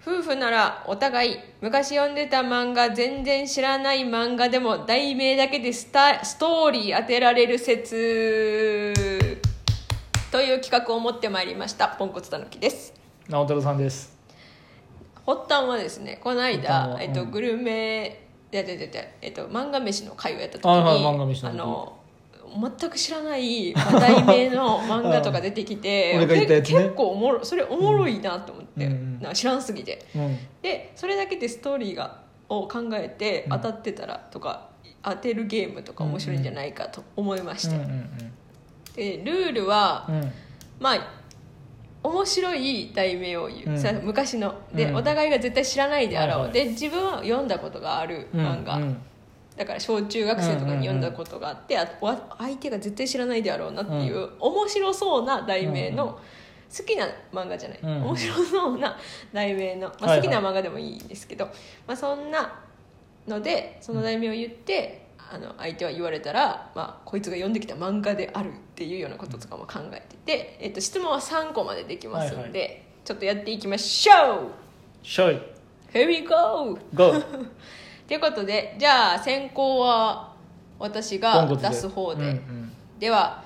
夫婦ならお互い昔読んでた漫画全然知らない漫画でも題名だけでストーリー当てられる説という企画を持ってまいりました。ポンコツたぬきです。 直太朗さんです。 発端はですね、この間、グルメ漫画飯の会をやった時に、 漫画飯の全く知らない題名の漫画とか出てきて俺が言ったやつね、 結構それおもろいなと思って、なんか知らんすぎて、でそれだけでストーリーを考えて当たってたらとか、当てるゲームとか面白いんじゃないかと思いまして、でルールは、まあ面白い題名を言う、昔ので、お互いが絶対知らないであろう、で自分は読んだことがある漫画、だから小中学生とかに読んだことがあって、相手が絶対知らないであろうなっていう、面白そうな題名の、好きな漫画じゃない、面白そうな題名の、好きな漫画でもいいんですけど、そんなのでその題名を言って、相手は言われたら、こいつが読んできた漫画であるっていうようなこととかも考えてて、質問は3個までできますので、ちょっとやっていきましょう。Here we go! ということで、じゃあ先行は私が出す方で、では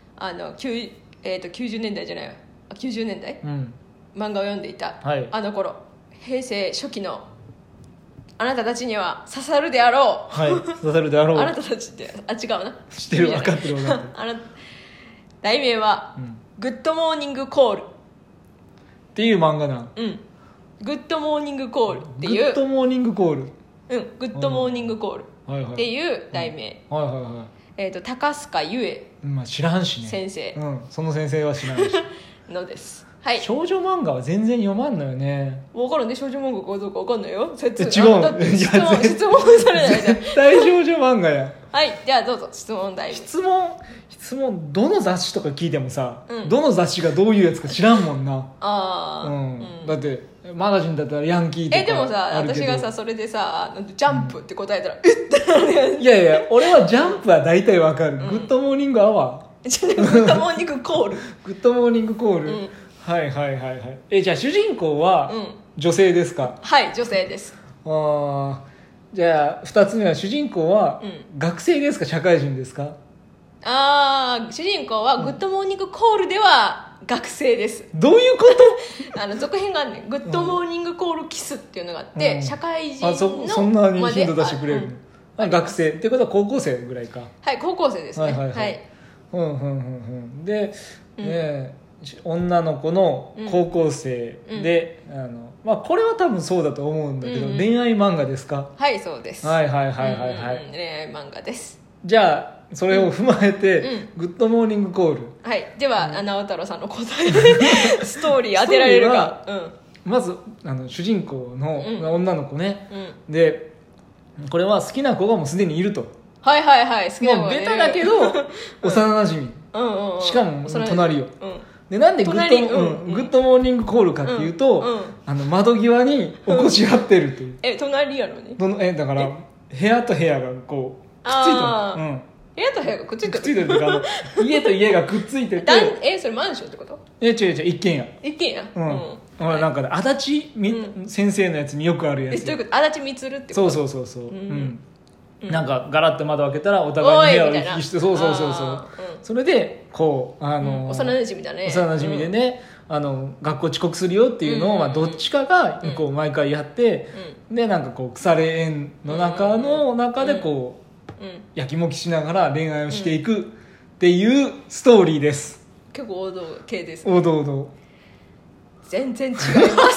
90年代じゃないわ、90年代、漫画を読んでいた、あの頃、平成初期のあなたたちには刺さるであろう、 刺さるであろう、 あなたたちって違うな、 知ってる、分かってる題名は、グッドモーニングコールっていう漫画な。 グッドモーニングコールっていう、 グッドモーニングコール、 グッドモーニングコールっていう題名、高須賀由恵知らんしね、 先生、 その先生は知らんしのです。 少女漫画は全然読まんのよね。 分からんね、少女漫画かどうか分かんないよ。 違う、 質問されないじゃん。 絶対少女漫画や。 はい、じゃあどうぞ質問題。 質問どの雑誌とか聞いてもさ、どの雑誌がどういうやつか知らんもんな。だってマガジンだったらヤンキーとかでもさ、私がさそれでさジャンプって答えたら、ってなるやん。 いや俺はジャンプは大体わかる、グッドモーニングアワーグッドモーニングコールグッドモーニングコール、じゃあ主人公は女性ですか？ はい、女性です。 じゃあ2つ目は主人公は学生ですか、社会人ですか？ 主人公はグッドモーニングコールでは学生です。 どういうこと続編があるね、グッドモーニングコールキスっていうのがあって、社会人のそんなにヒント出してくれるの？学生ってことは高校生ぐらいか。 はい、高校生ですね。 で、女の子の高校生で、これは多分そうだと思うんだけど、恋愛漫画ですか？ はい、そうです。恋愛漫画です。 じゃあそれを踏まえて、グッドモーニングコール、 では直太朗さんの答えストーリー当てられるか。 まず主人公の女の子ね、でこれは好きな子がもうすでにいると。 好きな子がベタだけど幼なじみ、しかも隣よ。でなんでグッドモーニングコールかっていうと、窓際に起こし合ってるという。 隣やろね。 だから部屋と部屋がこうくっついてる。 部屋と部屋がくっついてる。 くっついてるっていうか家と家がくっついてて。 それマンションってこと？ 違う一軒家。なんかね、足立先生のやつによくあるやつ。 どういうこと？足立みつるってこと？ そうなんかガラッと窓開けたらお互いの部屋を行き来して、そうそれでこう幼馴染だね。 幼馴染でね、学校遅刻するよっていうのをどっちかがこう毎回やって、でなんかこう腐れ縁の中でこうやきもきしながら恋愛をしていくっていうストーリーです。 結構王道系ですね。 王道。全然違います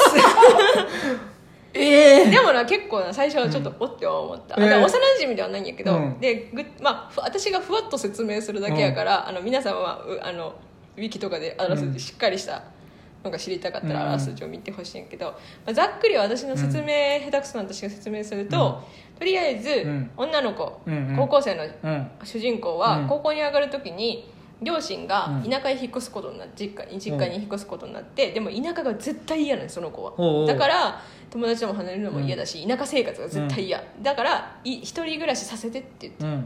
でもな、結構な最初はちょっとおって思った、幼馴染ではないんやけど、で私がふわっと説明するだけやから、皆さんはウィキとかでしっかりしたのが知りたかったらあらすじを見てほしいんやけど、ざっくり私の説明、下手くそな私が説明すると、とりあえず、女の子、高校生の主人公は高校に上がる時に両親が田舎へ引っ越すことになって、実家に引っ越すことになって、でも田舎が絶対嫌なの、その子は。だから友達とも離れるのも嫌だし、田舎生活が絶対嫌、だから一人暮らしさせてって言って、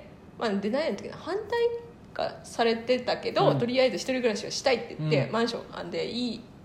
で何やったっけな、反対かされてたけど、とりあえず一人暮らしをしたいって言って、マンションでいい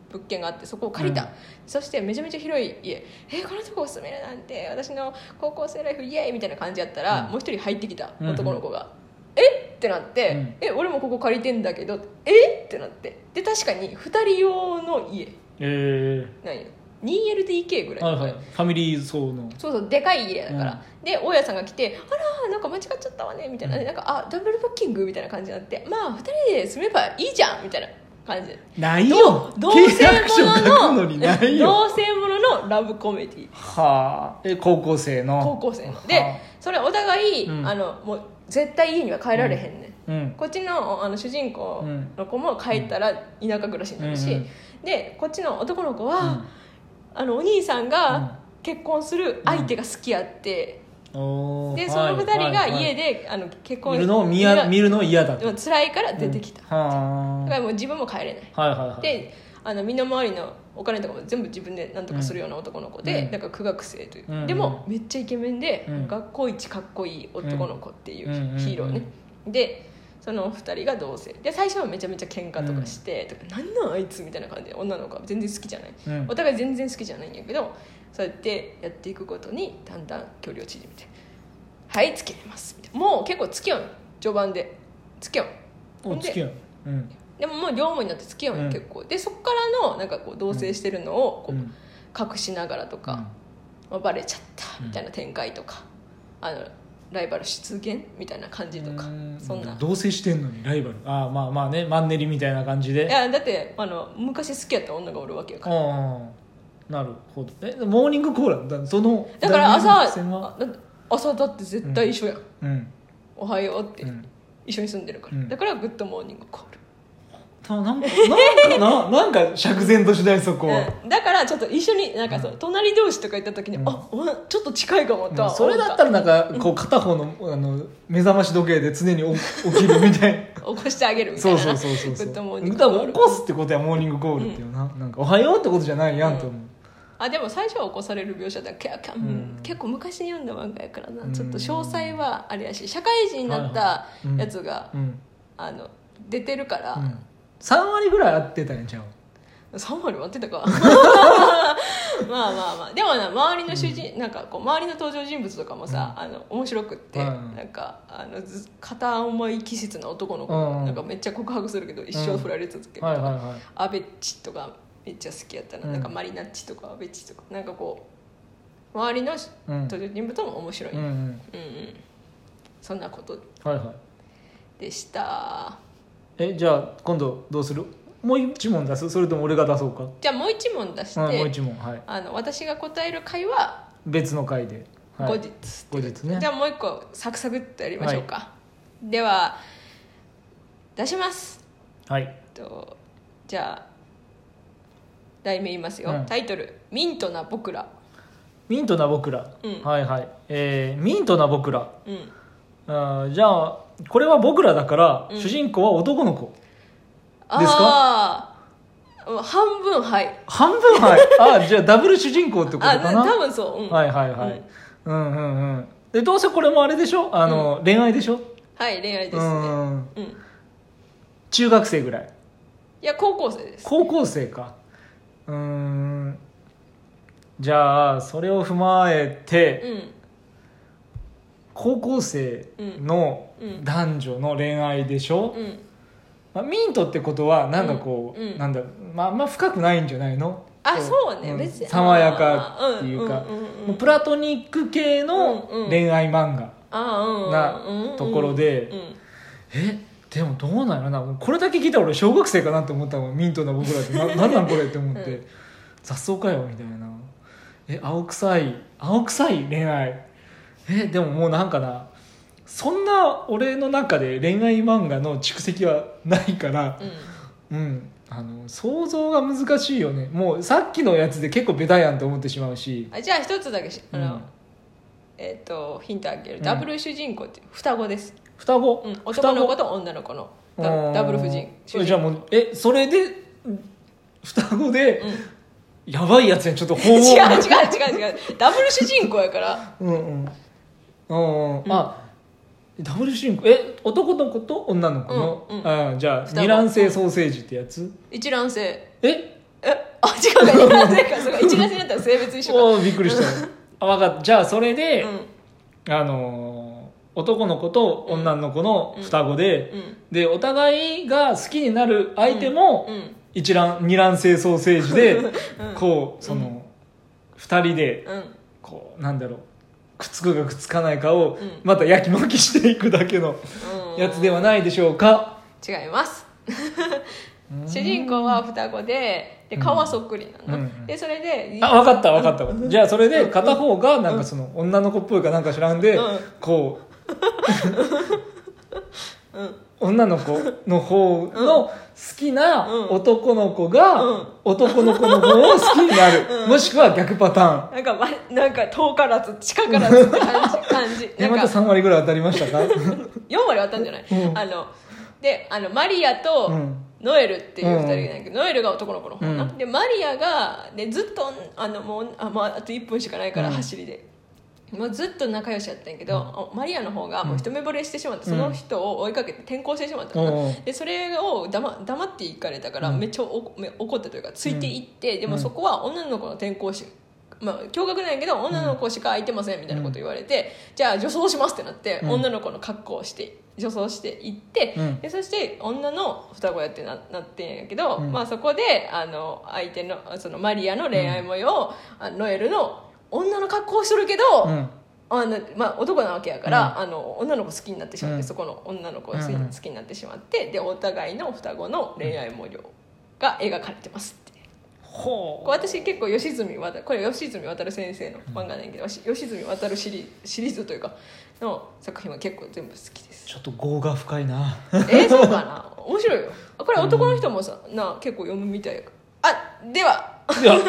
物件があってそこを借りた、そしてめちゃめちゃ広い家、このとこ住めるなんて私の高校生ライフイエーイみたいな感じやったら、もう一人入ってきた男の子が、ってなって、俺もここ借りてんだけどってなって、で確かに2人用の家、なんよ 2LDK ぐらい、 はいはい、ファミリー層のそうでかい家だから、で大家さんが来て「あらなんか間違っちゃったわね」みたいな、なんかダブルブッキングみたいな感じになって、まあ2人で住めばいいじゃんみたいな感じで、 ないよ同性もののラブコメディ、 はあ、高校生のでそれお互い、もう絶対家には帰られへんねん、こっちの主人公の子も帰ったら田舎暮らしになるし、でこっちの男の子は、お兄さんが結婚する相手が好きやって、でその2人が家で、結婚見るのを嫌だと、 辛いから出てきた、だからもう自分も帰れない、で身の回りのお金とかも全部自分で何とかするような男の子で、だから苦学生という、でもめっちゃイケメンで、学校一かっこいい男の子っていうヒーローね、でその2人が同棲で、最初はめちゃめちゃ喧嘩とかして、とかなんなんあいつみたいな感じで、女の子は全然好きじゃない、お互い全然好きじゃないんやけど、そうやってやっていくごとにだんだん距離を縮めて、はい付き合いますみたいな、もう結構付き合うの序盤で付き合う、でももう両思いになって付き合うの、結構で、そこからのなんかこう同棲してるのをこう隠しながらとか、バレちゃったみたいな展開とか、ライバル出現みたいな感じとか、そんな同棲してんのにライバル、まあね、マンネリみたいな感じで、 いやだって昔好きやった女がおるわけやから、 なるほど、モーニングコーラそのだから朝だって絶対一緒やん、おはようって、一緒に住んでるから、だからグッドモーニングコール、 なんか釈然としないそこ、 だからちょっと一緒になんか隣同士とか行った時に、ちょっと近いかもとは、 それだったらなんかこう片方の目覚まし時計で常に起きるみたいな起こしてあげるみたいな、 そうグッドモーニングコール、起こすってことはモーニングコールっていうなんかおはようってことじゃないやんと思う、 でも最初は起こされる描写だけ結構昔に読んだ漫画やからな、ちょっと詳細はあれやし、社会人になったやつが出てるから、 3割ぐらい合ってたんちゃう ？3割割ってたかまあでもな、周りのなんかこう周りの登場人物とかもさ、面白くって、なんか片思い気質な男の子がなんかめっちゃ告白するけど一生振られ続けるとか、アベッチとかめっちゃ好きやったな、なんかマリナッチとかアベッチとか、なんかこう周りの登場人物も面白い、そんなことでした。 じゃあ今度どうする？もう一問出す？それとも俺が出そうか？ じゃあもう一問出して、 もう一問、 私が答える回は別の回で、 後日ね。じゃあもう一個サクサクっとやりましょうか、では出します。じゃあ題名言いますよ、タイトルミントな僕ら。 ミントな僕ら、ミントな僕ら、じゃあこれは僕らだから、主人公は男の子ですか？ 半分半分じゃあダブル主人公ってことかな？ 多分そう、 でどうせこれもあれでしょ、恋愛でしょ？ はい恋愛ですね、 中学生ぐらい？ いや高校生です。 高校生か。じゃあそれを踏まえて、高校生の男女の恋愛でしょ、ミントってことはなんかこう、なんだろう、あんま深くないんじゃないの？ そうね、別に爽やかっていうか、プラトニック系の恋愛漫画なところで、でもどうなんやろな、これだけ聞いたら俺小学生かなって思ったもん。ミントな僕らってなんなんこれって思って雑草かよみたいな。青臭い恋愛。でももうなんかな、そんな俺の中で恋愛漫画の蓄積はないから、想像が難しいよね。もうさっきのやつで結構ベタやんと思ってしまうし。 じゃあ一つだけヒントあげる。ダブル主人公って双子です。 双子、 男の子と女の子のダブル主人公。 じゃあもうそれで双子で、やばいやつやん、ちょっと違うダブル主人公やからダブル主人公男の子と女の子の、じゃあ二卵性ソーセージってやつ？ 一卵性。 違うか2月かそうか1月になったら性別一緒かおーびっくりした分かった。じゃあそれで、 うん男の子と女の子の双子で、 うんでお互いが好きになる相手も、 うん二卵性ソーセージで、 うんこうその、二人でうんこうなんだろうくっつくかくっつかないかをうんまたやきもきしていくだけのやつではないでしょうか。 違います主人公は双子で顔はそっくりなの、でそれで分かったじゃあそれで片方がなんかその女の子っぽいかなんか知らんで、こう、女の子の方の好きな男の子が男の子の方を好きになる、もしくは逆パターン。 なんか遠からず近からずって感じなんかまた3割ぐらい当たりましたか 4割あったんじゃない、でマリアとノエルっていう2人がいないけど、ノエルが男の子の方な、でマリアが、ね、ずっともうあと1分しかないから走りで、もうずっと仲良しやったんやけど、マリアの方がもう一目惚れしてしまって、その人を追いかけて転校してしまったの、でそれを黙っていかれたからめっちゃ怒ったというかついていって、でもそこは女の子の転校し驚愕なんやけど女の子しか空いてませんみたいなこと言われて、じゃあ女装しますってなって、女の子の格好をして女装していって、でそして女の双子やってなってんやけど、そこで相手のそのマリアの恋愛模様を、ノエルの女の格好をするけど、男なわけやから、女の子好きになってしまって、そこの女の子を好きになってしまって、でお互いの双子の恋愛模様が描かれてますって。これ私結構これ吉住渉先生の漫画なんやけど、吉住渉シリーズというかの作品は結構全部好きです。 ちょっと業が深いなそうかな面白いよ。これ男の人もさ結構読むみたいやから。では